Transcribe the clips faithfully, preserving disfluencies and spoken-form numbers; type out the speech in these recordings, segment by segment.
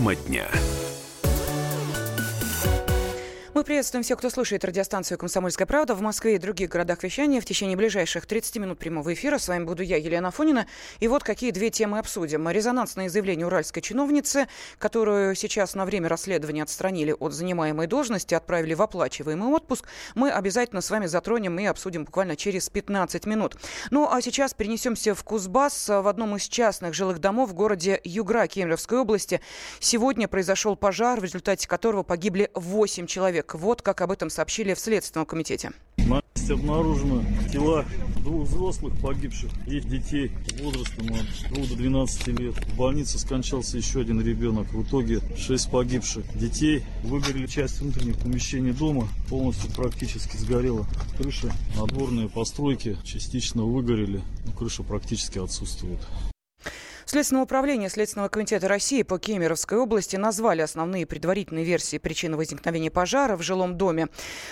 Тема дня. Мы приветствуем всех, кто слушает радиостанцию «Комсомольская правда» в Москве и других городах вещания. В течение ближайших тридцати минут прямого эфира с вами буду я, Елена Афонина. И вот какие две темы обсудим. Резонансное заявление уральской чиновницы, которую сейчас на время расследования отстранили от занимаемой должности, отправили в оплачиваемый отпуск. Мы обязательно с вами затронем и обсудим буквально через пятнадцать минут. Ну а сейчас перенесемся в Кузбасс. В одном из частных жилых домов в городе Югра Кемеровской области сегодня произошел пожар, в результате которого погибли восемь человек. Вот как об этом сообщили в Следственном комитете. На месте обнаружено тела двух взрослых погибших и детей возрастом от двух до двенадцати лет. В больнице скончался еще один ребенок. В итоге шесть погибших детей. Выгорели часть внутренних помещений дома. Полностью практически сгорела крыша. Надворные постройки частично выгорели. Но крыша практически отсутствует. Следственное управление Следственного комитета России по Кемеровской области назвали основные предварительные версии причины возникновения пожара в жилом доме.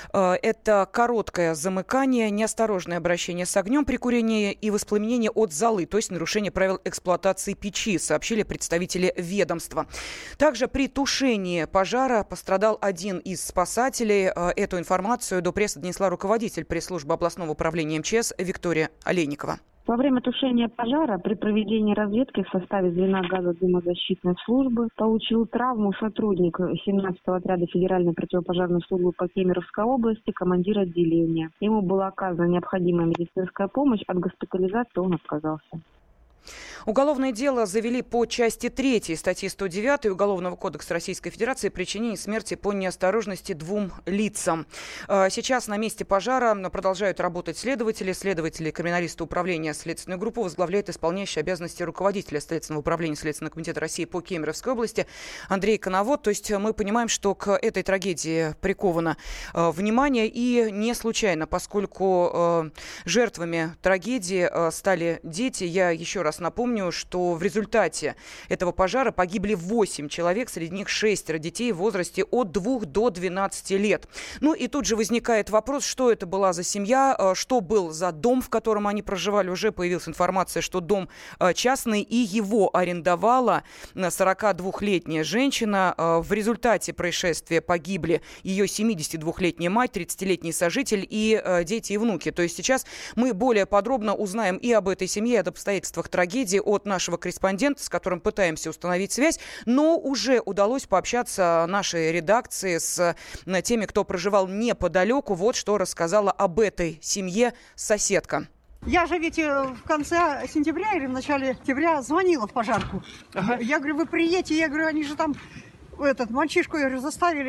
Это короткое замыкание, неосторожное обращение с огнем при курении и воспламенение от золы, то есть нарушение правил эксплуатации печи, сообщили представители ведомства. Также при тушении пожара пострадал один из спасателей. Эту информацию до прессы донесла руководитель пресс-службы областного управления эм че эс Виктория Олейникова. Во время тушения пожара при проведении разведки в составе звена газодымозащитной службы получил травму сотрудник семнадцатого отряда Федеральной противопожарной службы по Кемеровской области, командир отделения. Ему была оказана необходимая медицинская помощь, от госпитализации он отказался. Уголовное дело завели по части третьей статьи сто девять Уголовного кодекса Российской Федерации «Причинение смерти по неосторожности двум лицам». Сейчас на месте пожара продолжают работать следователи. Следователи криминалисты управления следственной группы возглавляет исполняющий обязанности руководителя Следственного управления Следственного комитета России по Кемеровской области Андрей Коновод. То есть мы понимаем, что к этой трагедии приковано внимание, и не случайно, поскольку жертвами трагедии стали дети. Я еще раз напомню, что в результате этого пожара погибли восемь человек, среди них шестеро детей в возрасте от двух до двенадцати лет. Ну и тут же возникает вопрос, что это была за семья, что был за дом, в котором они проживали. Уже появилась информация, что дом частный, и его арендовала сорокадвухлетняя женщина. В результате происшествия погибли ее семидесятидвухлетняя мать, тридцатилетний сожитель и дети и внуки. То есть сейчас мы более подробно узнаем и об этой семье, и об обстоятельствах трагедии от нашего корреспондента, с которым пытаемся установить связь, но уже удалось пообщаться нашей редакции с теми, кто проживал неподалеку. Вот что рассказала об этой семье соседка. Я же ведь в конце сентября или в начале октября звонила в пожарку. Ага. Я говорю, вы приедете, я говорю, они же там этот мальчишку, я говорю, заставили,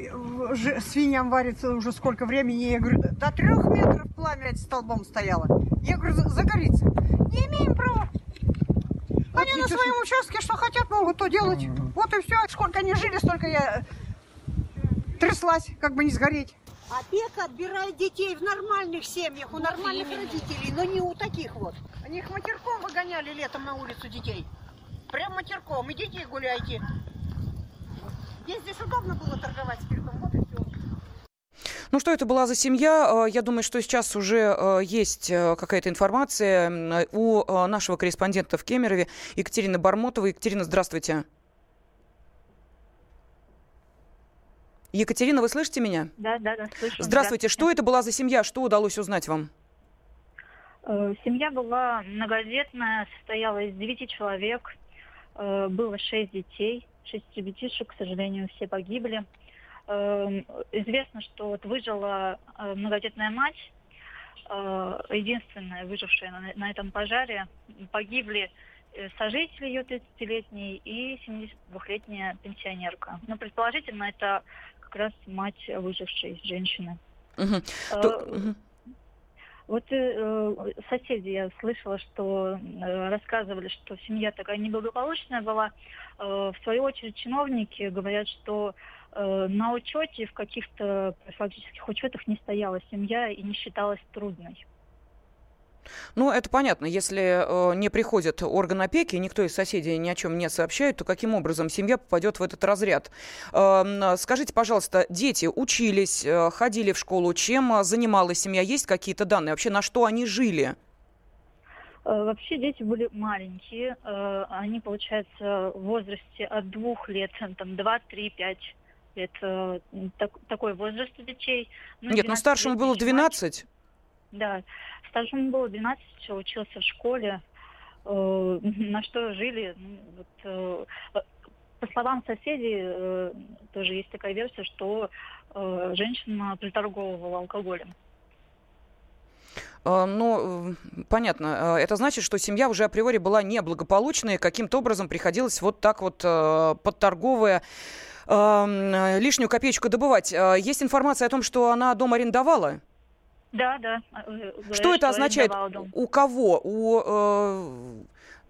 свиньям варится уже сколько времени. Я говорю, до трех метров пламя столбом стояло. Я говорю, загорится. Не имеем права. Они на своем участке что хотят, могут то делать. Mm-hmm. Вот и все. Сколько они жили, столько я тряслась, как бы не сгореть. Опека отбирает детей в нормальных семьях, у нормальных родителей, но не у таких вот. Они их матерком выгоняли летом на улицу детей. Прям матерком. Идите и гуляйте. Здесь здесь удобно было торговать спиртом. Вот и все. Ну, что это была за семья? Я думаю, что сейчас уже есть какая-то информация у нашего корреспондента в Кемерове Екатерины Бармотовой. Екатерина, здравствуйте. Екатерина, вы слышите меня? Да, да, да, слышу. Здравствуйте. Что это была за семья? Что удалось узнать вам? Семья была многодетная, состояла из девяти человек. Было шесть детей. Шесть ребятишек, к сожалению, все погибли. Известно, что вот выжила многодетная мать, единственная выжившая на, на этом пожаре. Погибли сожитель ее тридцатилетний и семидесятидвухлетняя пенсионерка. Но предположительно это как раз мать выжившей женщины. Uh-huh. А, То... uh-huh. Вот э, соседи, я слышала, что э, рассказывали, что семья такая неблагополучная была. Э, в свою очередь чиновники говорят, что э, на учете, в каких-то профилактических учетах не стояла семья и не считалась трудной. Ну, это понятно. Если э, не приходит орган опеки, никто из соседей ни о чем не сообщает, то каким образом семья попадет в этот разряд? Э, скажите, пожалуйста, дети учились, э, ходили в школу, чем занималась семья? Есть какие-то данные? Вообще, на что они жили? Вообще дети были маленькие. Они, получается, в возрасте от двух лет, там, два, три, пять лет. Так, такой возраст у детей. Ну, Нет, ну старшему было двенадцать. Да, старшему было двенадцать, учился в школе. На что жили? Вот, по словам соседей, тоже есть такая версия, что женщина приторговывала алкоголем. Ну, понятно. Это значит, что семья уже априори была неблагополучной, каким-то образом приходилось вот так вот подторговывая лишнюю копеечку добывать. Есть информация о том, что она дом арендовала? Да, да. Говорят, что это что означает? У кого? У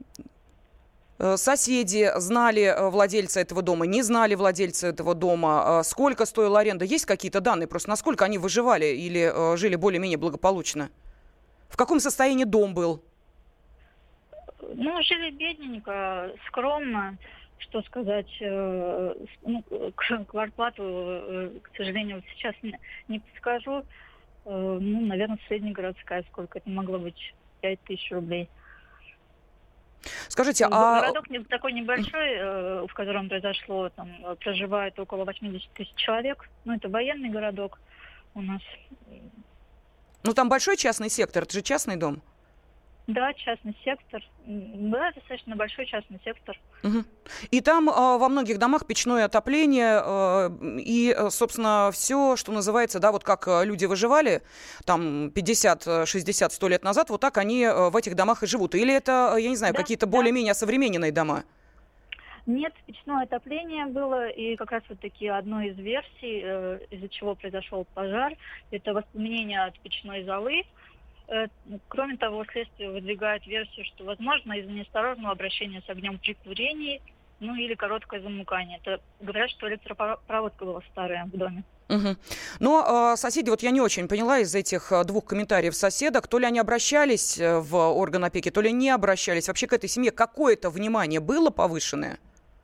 э, соседи знали владельца этого дома, не знали владельца этого дома? Сколько стоила аренда? Есть какие-то данные? Просто насколько они выживали или э, жили более-менее благополучно? В каком состоянии дом был? Ну, жили бедненько, скромно. Что сказать, э, ну, к квартплату, э, к сожалению, вот сейчас не, не подскажу. Э, ну, наверное, среднегородская, сколько это могло быть, пять тысяч рублей. Скажите, а... Городок такой небольшой, э, в котором произошло, там, проживает около восемьдесят тысяч человек. Ну, это военный городок у нас. Ну, там большой частный сектор, это же частный дом. Да, частный сектор. Да, достаточно большой частный сектор. Угу. И там э, во многих домах печное отопление э, и, собственно, все, что называется, да, вот как люди выживали там пятьдесят, шестьдесят, сто лет назад, вот так они в этих домах и живут. Или это, я не знаю, да, какие-то да. более-менее современные дома? Нет, печное отопление было, и как раз вот таки одной из версий, э, из-за чего произошел пожар, это воспламенение от печной золы. Кроме того, следствие выдвигает версию, что, возможно, из-за неосторожного обращения с огнем при курении, ну или короткое замыкание. Это говорят, что электропроводка была старая в доме. Угу. Но э, соседи, вот я не очень поняла из этих двух комментариев соседок, то ли они обращались в орган опеки, то ли не обращались. Вообще к этой семье какое-то внимание было повышенное?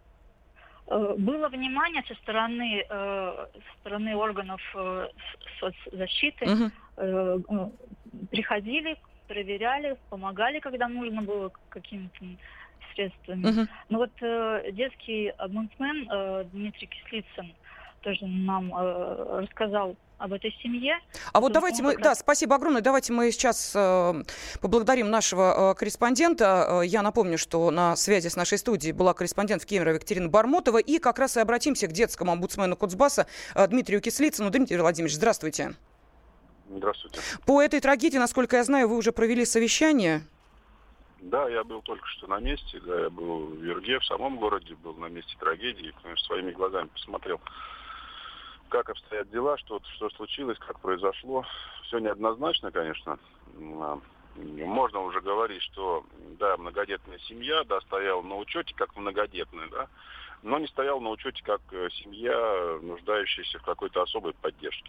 Было внимание со стороны, э, со стороны органов э, соцзащиты. Угу. Э, э, приходили, проверяли, помогали, когда нужно было какими-то средствами. Угу. Но вот э, детский омбудсмен э, Дмитрий Кислицын тоже нам э, рассказал об этой семье. А вот давайте мы, раз... да, спасибо огромное. Давайте мы сейчас э, поблагодарим нашего э, корреспондента. Э, я напомню, что на связи с нашей студией была корреспондент в Кемерово Екатерина Бармотова. И как раз и обратимся к детскому омбудсмену Куцбасса э, Дмитрию Кислицыну. Дмитрий Владимирович, здравствуйте. Здравствуйте. По этой трагедии, насколько я знаю, вы уже провели совещание. Да, я был только что на месте. Да, я был в Юрге, в самом городе, был на месте трагедии. Конечно, своими глазами посмотрел, как обстоят дела, что, что случилось, как произошло. Все неоднозначно, конечно. Можно уже говорить, что, да, многодетная семья, да, стояла на учете как многодетная, да, но не стояла на учете как семья, нуждающаяся в какой-то особой поддержке.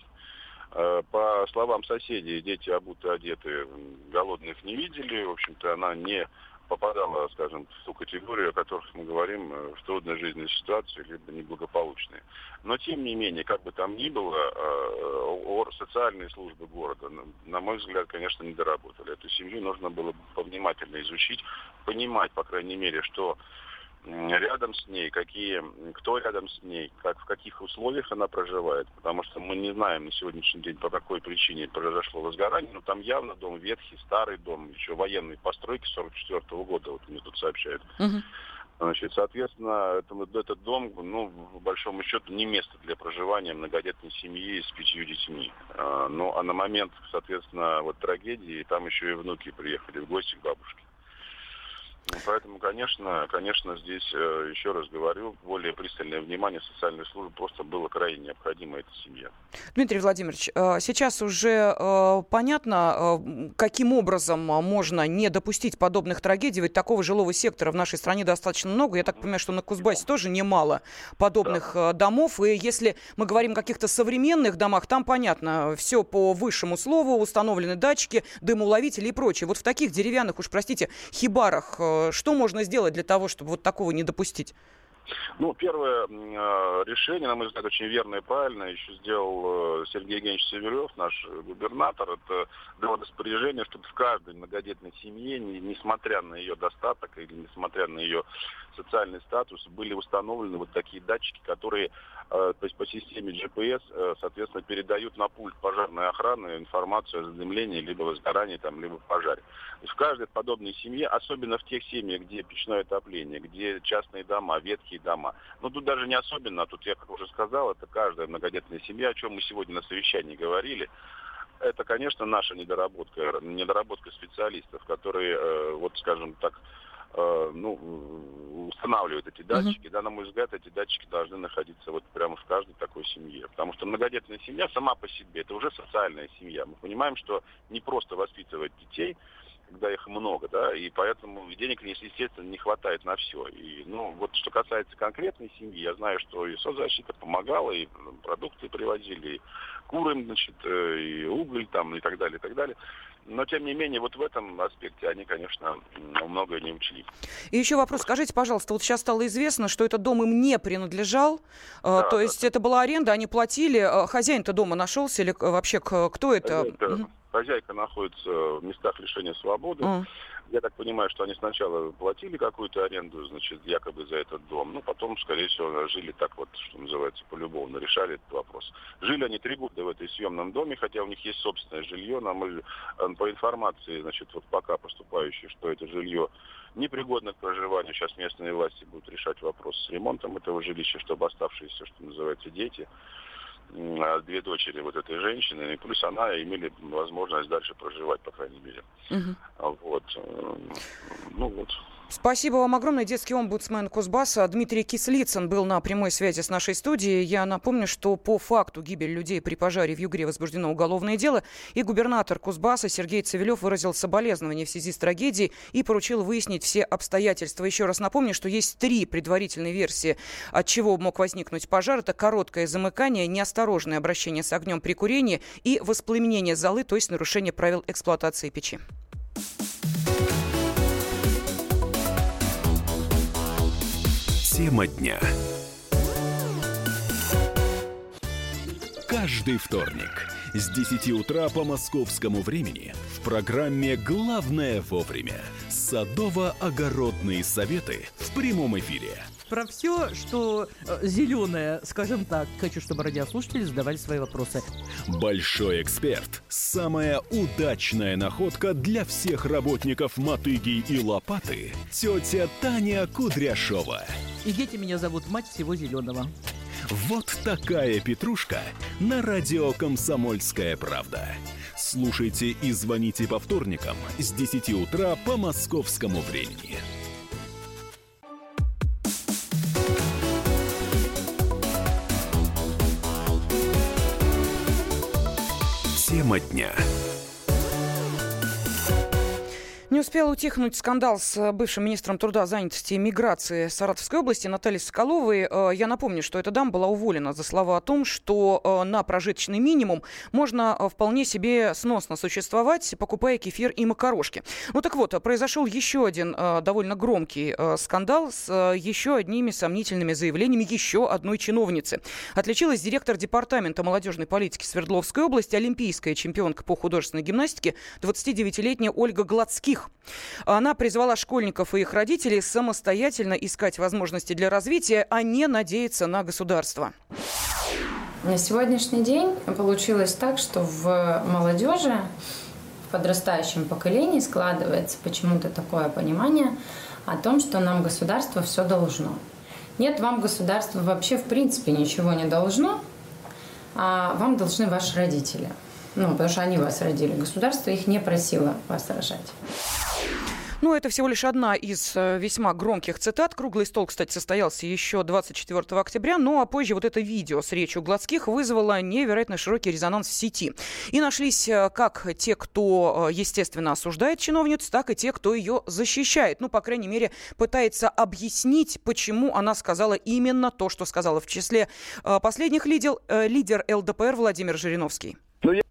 По словам соседей, дети обуты, одеты, голодных не видели. В общем-то, она не попадала, скажем, в ту категорию, о которых мы говорим, в трудной жизненной ситуации, либо неблагополучные. Но, тем не менее, как бы там ни было, социальные службы города, на мой взгляд, конечно, не доработали. Эту семью нужно было повнимательно изучить, понимать, по крайней мере, что рядом с ней, какие, кто рядом с ней, как, в каких условиях она проживает. Потому что мы не знаем на сегодняшний день, по какой причине произошло возгорание. Но там явно дом ветхий, старый дом, еще военной постройки сорок четвёртого года, вот мне тут сообщают. Uh-huh. Значит, соответственно, это, этот дом, ну, в большому счету, не место для проживания многодетной семьи с пятью детьми. А, ну, а на момент, соответственно, вот трагедии, там еще и внуки приехали в гости к бабушке. Поэтому, конечно, конечно, здесь, еще раз говорю, более пристальное внимание социальной службы просто было крайне необходимо этой семье. Дмитрий Владимирович, сейчас уже понятно, каким образом можно не допустить подобных трагедий, ведь такого жилого сектора в нашей стране достаточно много. Я так понимаю, что на Кузбассе тоже немало подобных да. домов. И если мы говорим о каких-то современных домах, там понятно, все по высшему слову, установлены датчики, дымоуловители и прочее. Вот в таких деревянных, уж простите, хибарах, что можно сделать для того, чтобы вот такого не допустить? Ну, первое э, решение, на мой взгляд, очень верное и правильное, еще сделал э, Сергей Евгеньевич Северев, наш губернатор. Это дало распоряжение, чтобы в каждой многодетной семье, не, несмотря на ее достаток или несмотря на ее социальный статус, были установлены вот такие датчики, которые э, то есть по системе джи пи эс, э, соответственно, передают на пульт пожарной охраны информацию о задымлении, либо возгорании, там, либо пожаре. То есть в каждой подобной семье, особенно в тех семьях, где печное отопление, где частные дома, ветхие дома, но тут даже не особенно, а тут я, как уже сказал, это каждая многодетная семья, о чем мы сегодня на совещании говорили. Это, конечно, наша недоработка, недоработка специалистов, которые, э, вот, скажем так, э, ну, устанавливают эти датчики. Uh-huh. Да, на мой взгляд, эти датчики должны находиться вот прямо в каждой такой семье. Потому что многодетная семья сама по себе, это уже социальная семья. Мы понимаем, что не просто воспитывать детей, когда их много, да, и поэтому денег, естественно, не хватает на все. И, ну, вот что касается конкретной семьи, я знаю, что и соцзащита помогала, и продукты привозили, и куры, значит, и уголь там, и так далее, и так далее. Но, тем не менее, вот в этом аспекте они, конечно, многое не учли. И еще вопрос. Скажите, пожалуйста, вот сейчас стало известно, что этот дом им не принадлежал, да, то да, есть да. Это была аренда, они платили, хозяин-то дома нашелся или вообще кто это? это... Угу. Хозяйка находится в местах лишения свободы. Mm. Я так понимаю, что они сначала платили какую-то аренду, значит, якобы за этот дом. Ну, потом, скорее всего, жили так вот, что называется, полюбовно, решали этот вопрос. Жили они три года в этой съемном доме, хотя у них есть собственное жилье. Нам по информации, значит, вот пока поступающей, что это жилье непригодно к проживанию. Сейчас местные власти будут решать вопрос с ремонтом этого жилища, чтобы оставшиеся, что называется, дети, две дочери вот этой женщины, и плюс она имели возможность дальше проживать, по крайней мере. Угу. Вот. Ну вот. Спасибо вам огромное. Детский омбудсмен Кузбасса Дмитрий Кислицын был на прямой связи с нашей студией. Я напомню, что по факту гибели людей при пожаре в Югре возбуждено уголовное дело, и губернатор Кузбасса Сергей Цивилев выразил соболезнования в связи с трагедией и поручил выяснить все обстоятельства. Еще раз напомню, что есть три предварительные версии, от чего мог возникнуть пожар. Это короткое замыкание, неосторожное обращение с огнем при курении и воспламенение золы, то есть нарушение правил эксплуатации печи. Тема дня. Каждый вторник с десяти утра по московскому времени в программе «Главное вовремя» садово-огородные советы в прямом эфире. Про все, что э, зеленое, скажем так, хочу, чтобы радиослушатели задавали свои вопросы. Большой эксперт. Самая удачная находка для всех работников мотыги и лопаты. Тетя Таня Кудряшова. И дети меня зовут мать всего зеленого. Вот такая петрушка на радио «Комсомольская правда». Слушайте и звоните по вторникам с десяти утра по московскому времени. Тема дня. Не успел утихнуть скандал с бывшим министром труда, занятости и миграции Саратовской области Натальей Соколовой. Я напомню, что эта дама была уволена за слова о том, что на прожиточный минимум можно вполне себе сносно существовать, покупая кефир и макарошки. Ну так вот, произошел еще один довольно громкий скандал с еще одними сомнительными заявлениями еще одной чиновницы. Отличилась директор департамента молодежной политики Свердловской области, олимпийская чемпионка по художественной гимнастике, двадцатидевятилетняя Ольга Гладских. Она призвала школьников и их родителей самостоятельно искать возможности для развития, а не надеяться на государство. На сегодняшний день получилось так, что в молодежи, в подрастающем поколении складывается почему-то такое понимание о том, что нам государство все должно. Нет, вам государство вообще в принципе ничего не должно, а вам должны ваши родители. Ну, потому что они вас родили. Государство их не просило вас рожать. Ну, это всего лишь одна из весьма громких цитат. Круглый стол, кстати, состоялся еще двадцать четвёртого октября. Ну, а позже вот это видео с речью Гладских вызвало невероятно широкий резонанс в сети. И нашлись как те, кто, естественно, осуждает чиновницу, так и те, кто ее защищает. Ну, по крайней мере, пытается объяснить, почему она сказала именно то, что сказала. В числе последних лидер, лидер эл дэ пэ эр Владимир Жириновский. Ну, я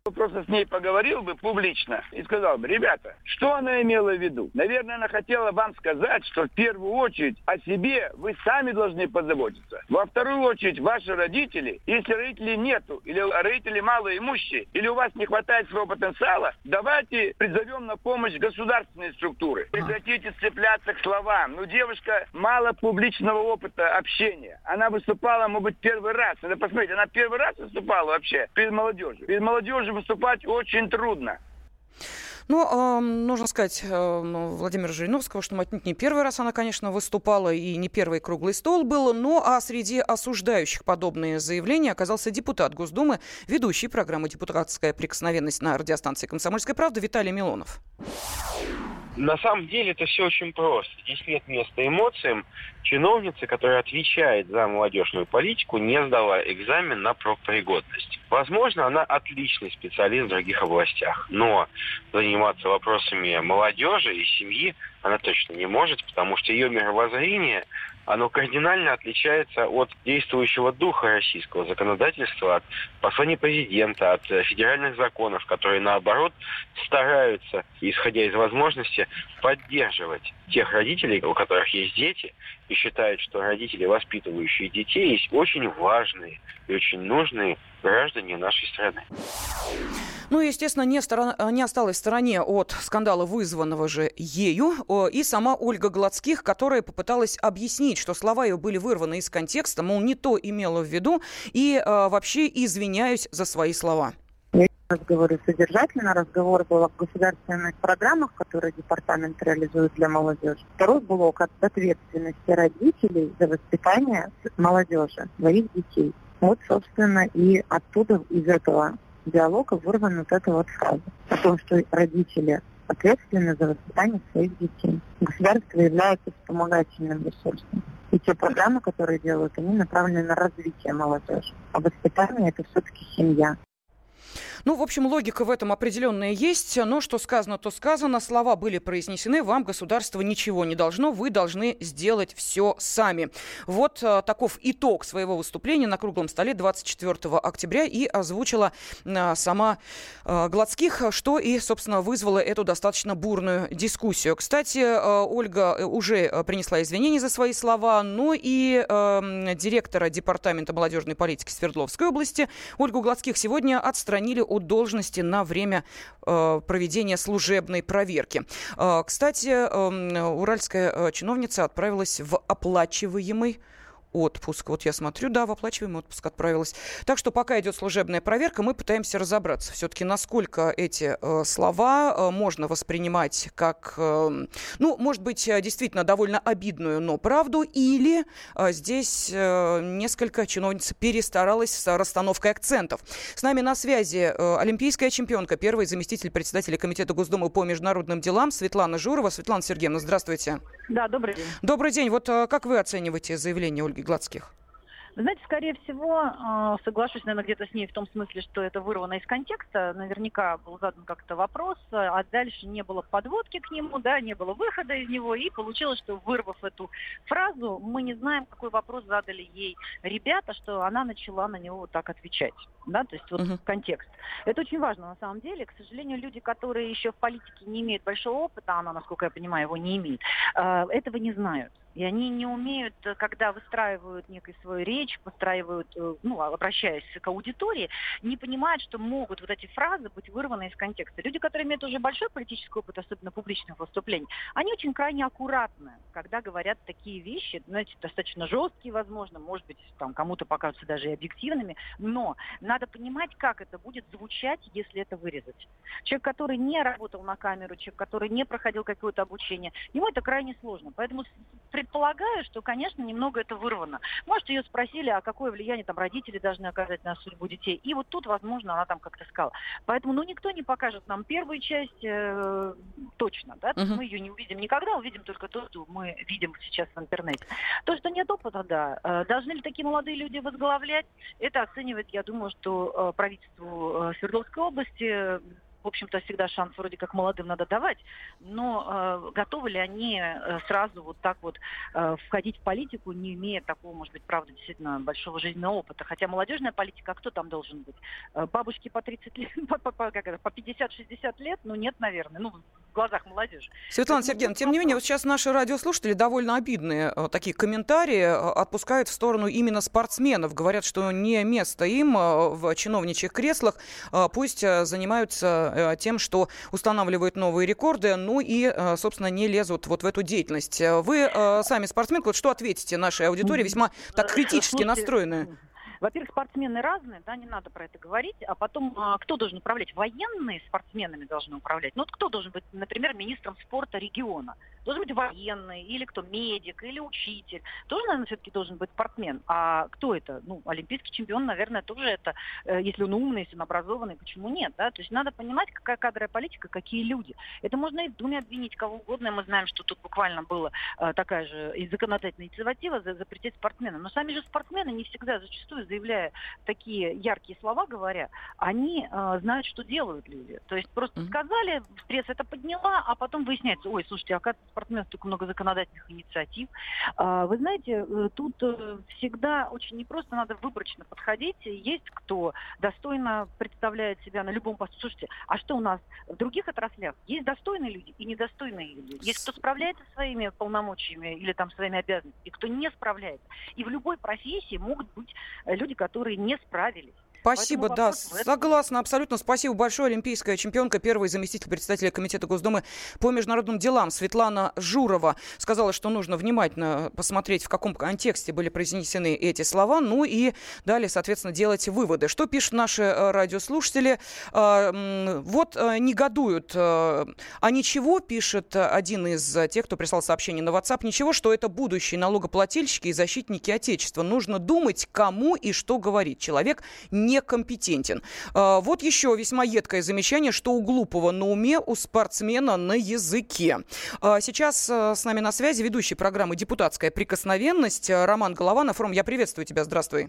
Просто с ней поговорил бы публично и сказал бы: ребята, что она имела в виду? Наверное, она хотела вам сказать, что в первую очередь о себе вы сами должны позаботиться. Во вторую очередь ваши родители. Если родителей нету, или родители малоимущие, или у вас не хватает своего потенциала, давайте призовем на помощь государственные структуры. Прекратите цепляться к словам. Ну, девушка мало публичного опыта общения. Она выступала, может быть, первый раз. Надо посмотреть, она первый раз выступала вообще перед молодежью. Перед молодежью выступать очень трудно. Ну, э, нужно сказать э, Владимиру Жириновскому, что отнюдь не первый раз она, конечно, выступала, и не первый круглый стол был, но а среди осуждающих подобные заявления оказался депутат Госдумы, ведущий программы «Депутатская прикосновенность» на радиостанции «Комсомольская правда» Виталий Милонов. На самом деле это все очень просто. Здесь нет места эмоциям. Чиновница, которая отвечает за молодежную политику, не сдала экзамен на профпригодность. Возможно, она отличный специалист в других областях, но заниматься вопросами молодежи и семьи она точно не может, потому что ее мировоззрение, оно кардинально отличается от действующего духа российского законодательства, от посланий президента, от федеральных законов, которые, наоборот, стараются, исходя из возможности, поддерживать тех родителей, у которых есть дети, и считают, что родители, воспитывающие детей, есть очень важные и очень нужные граждане нашей страны. Ну, естественно, не, сторон... не осталась в стороне от скандала, вызванного же ею, и сама Ольга Гладских, которая попыталась объяснить, что слова ее были вырваны из контекста, мол, не то имела в виду, и а, вообще извиняюсь за свои слова. Я разговариваю содержательно. Разговор был о государственных программах, которые департамент реализует для молодежи. Второй блок от ответственности родителей за воспитание молодежи, своих детей. Вот, собственно, и оттуда, из этого диалога вырвана вот эта вот фраза о том, что родители ответственны за воспитание своих детей. Государство является вспомогательным ресурсом. И те программы, которые делают, они направлены на развитие молодежи. А воспитание – это все-таки семья. Ну, в общем, логика в этом определенная есть, но что сказано, то сказано. Слова были произнесены, вам государство ничего не должно, вы должны сделать все сами. Вот а, таков итог своего выступления на круглом столе двадцать четвёртого октября и озвучила а, сама а, Гладских, что и, собственно, вызвало эту достаточно бурную дискуссию. Кстати, а, Ольга уже принесла извинения за свои слова, но и а, директора Департамента молодежной политики Свердловской области Ольгу Гладских сегодня отстранили от должности на время э, проведения служебной проверки. Э, кстати, э, уральская э, чиновница отправилась в оплачиваемый отпуск. Вот я смотрю, да, в оплачиваемый отпуск отправилась. Так что пока идет служебная проверка, мы пытаемся разобраться все-таки, насколько эти э, слова э, можно воспринимать как, э, ну, может быть, действительно довольно обидную, но правду, или э, здесь э, несколько чиновница перестаралась с расстановкой акцентов. С нами на связи э, олимпийская чемпионка, первый заместитель председателя Комитета Госдумы по международным делам Светлана Журова. Светлана Сергеевна, здравствуйте. Да, добрый день. Добрый день. Вот э, как вы оцениваете заявление Ольги Гладских? Вы знаете, скорее всего, соглашусь, наверное, где-то с ней в том смысле, что это вырвано из контекста. Наверняка был задан как-то вопрос, а дальше не было подводки к нему, да, не было выхода из него, и получилось, что, вырвав эту фразу, мы не знаем, какой вопрос задали ей ребята, что она начала на него вот так отвечать, да, то есть вот uh-huh. контекст. Это очень важно на самом деле. К сожалению, люди, которые еще в политике не имеют большого опыта, она, насколько я понимаю, его не имеет, этого не знают. И они не умеют, когда выстраивают некую свою речь, постраивают, ну, обращаясь к аудитории, не понимают, что могут вот эти фразы быть вырваны из контекста. Люди, которые имеют уже большой политический опыт, особенно публичных выступлений, они очень крайне аккуратны, когда говорят такие вещи, знаете, достаточно жесткие, возможно, может быть, там кому-то покажутся даже и объективными, но надо понимать, как это будет звучать, если это вырезать. Человек, который не работал на камеру, человек, который не проходил какое-то обучение, ему это крайне сложно. Поэтому предполагаю, что, конечно, немного это вырвано. Может, ее спросили, а какое влияние там родители должны оказать на судьбу детей. И вот тут, возможно, она там как-то сказала. Поэтому, ну, никто не покажет нам первую часть э, точно, да? Uh-huh. Мы ее не увидим никогда, увидим только то, что мы видим сейчас в интернете. То, что нет опыта, да. Э, должны ли такие молодые люди возглавлять? Это оценивает, я думаю, что э, правительству э, Свердловской области в общем-то, всегда шанс вроде как молодым надо давать, но э, готовы ли они э, сразу вот так вот э, входить в политику, не имея такого, может быть, правда, действительно большого жизненного опыта. Хотя молодежная политика, а кто там должен быть? Э, бабушки по тридцать лет, по, по, по, как это, по пятьдесят-шестьдесят лет? Ну, нет, наверное, ну, в глазах молодежи. Светлана это, Сергеевна, тем не менее, вот сейчас наши радиослушатели довольно обидные э, такие комментарии э, отпускают в сторону именно спортсменов. Говорят, что не место им э, в чиновничьих креслах. Э, пусть э, занимаются э, тем, что устанавливают новые рекорды, ну и, э, собственно, не лезут вот в эту деятельность. Вы э, сами спортсменка, вот что ответите нашей аудитории, весьма так критически настроенные? Во-первых, спортсмены разные, да, не надо про это говорить. А потом, а, кто должен управлять? Военные спортсменами должны управлять. Ну, вот кто должен быть, например, министром спорта региона? Должен быть военный, или кто, медик, или учитель. Тоже, наверное, все-таки должен быть спортсмен. А кто это? Ну, олимпийский чемпион, наверное, тоже это, э, если он умный, если он образованный, почему нет, да? То есть надо понимать, какая кадровая политика, какие люди. Это можно и в Думе обвинить кого угодно. Мы знаем, что тут буквально была э, такая же и законодательная инициатива за, запретить спортсменам. Но сами же спортсмены не всегда, зачастую, заявляя такие яркие слова, говоря, они э, знают, что делают люди. То есть просто mm-hmm. сказали, пресса это подняла, а потом выясняется, ой, слушайте, оказывается, спортсменов столько много законодательных инициатив. А, вы знаете, тут всегда очень непросто, надо выборочно подходить. Есть кто достойно представляет себя на любом посту. Слушайте, а что у нас в других отраслях? Есть достойные люди и недостойные люди. Есть кто справляется своими полномочиями или там своими обязанностями, и кто не справляется. И в любой профессии могут быть люди, которые не справились. Спасибо, да, согласна, абсолютно. Спасибо большое. Олимпийская чемпионка, первый заместитель председателя Комитета Госдумы по международным делам Светлана Журова сказала, что нужно внимательно посмотреть, в каком контексте были произнесены эти слова, ну и далее, соответственно, делать выводы. Что пишут наши радиослушатели? Вот негодуют. А ничего, пишет один из тех, кто прислал сообщение на WhatsApp, ничего, что это будущие налогоплательщики и защитники Отечества. Нужно думать, кому и что говорить. Человек не некомпетентен. Вот еще весьма едкое замечание, что у глупого на уме, у спортсмена на языке. Сейчас с нами на связи ведущий программы «Депутатская прикосновенность» Роман Голованов. Ром, я приветствую тебя. Здравствуй.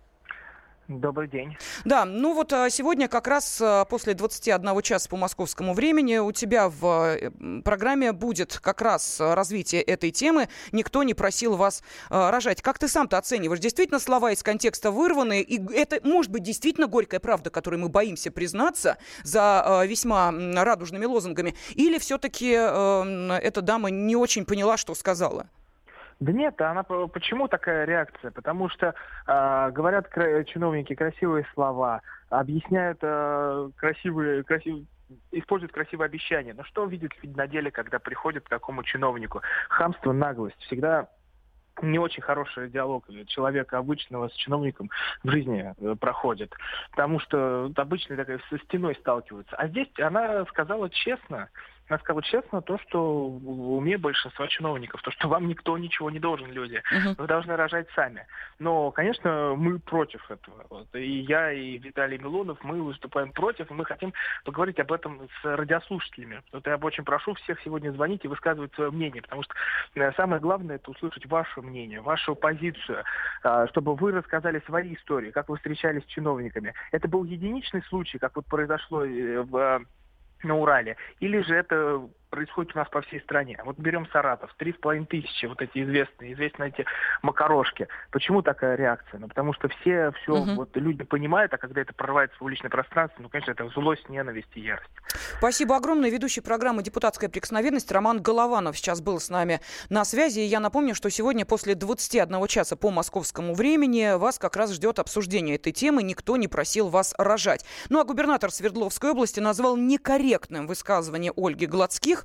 Добрый день. Да, ну вот сегодня как раз после двадцати одного часа по московскому времени у тебя в программе будет как раз развитие этой темы. Никто не просил вас рожать. Как ты сам-то оцениваешь? Действительно слова из контекста вырваны? И это может быть действительно горькая правда, которой мы боимся признаться за весьма радужными лозунгами? Или все-таки эта дама не очень поняла, что сказала? Да нет, она почему такая реакция? Потому что э, говорят кра- чиновники красивые слова, объясняют э, красивые, красивые, используют красивые обещания. Но что видят люди на деле, когда приходят к такому чиновнику? Хамство, наглость. Всегда не очень хороший диалог человека обычного с чиновником в жизни проходит. Потому что обычно такая со стеной сталкиваются. А здесь она сказала честно, Она сказала честно то, что в уме большинства чиновников, то, что вам никто ничего не должен, люди. Uh-huh. Вы должны рожать сами. Но, конечно, мы против этого. Вот. И я, и Виталий Милонов, мы выступаем против, и мы хотим поговорить об этом с радиослушателями. Вот я очень прошу всех сегодня звонить и высказывать свое мнение, потому что самое главное — это услышать ваше мнение, вашу позицию, чтобы вы рассказали свои истории, как вы встречались с чиновниками. Это был единичный случай, как вот произошло в на Урале, или же это происходит у нас по всей стране. Вот берем Саратов, три с половиной тысячи, вот эти известные, известные эти макарошки. Почему такая реакция? Ну, потому что все, все uh-huh. вот люди понимают, а когда это прорывается в публичное пространство, ну, конечно, это злость, ненависть и ярость. Спасибо огромное. Ведущий программы «Депутатская прикосновенность» Роман Голованов сейчас был с нами на связи. И я напомню, что сегодня после двадцати одного часа по московскому времени вас как раз ждет обсуждение этой темы. Никто не просил вас рожать. Ну, а губернатор Свердловской области назвал некорректным высказывание Ольги Гладских.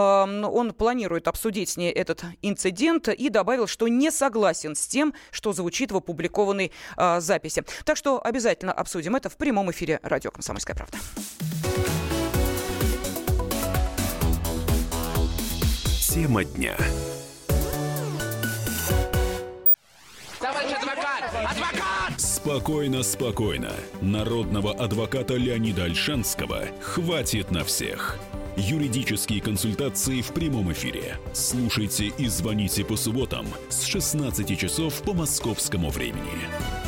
Он планирует обсудить с ней этот инцидент и добавил, что не согласен с тем, что звучит в опубликованной э, записи. Так что обязательно обсудим это в прямом эфире радио «Комсомольская правда». Тема дня. Товарищ адвокат! Адвокат! Спокойно, спокойно. Народного адвоката Леонида Ольшанского хватит на всех. Юридические консультации в прямом эфире. Слушайте и звоните по субботам с шестнадцати часов по московскому времени.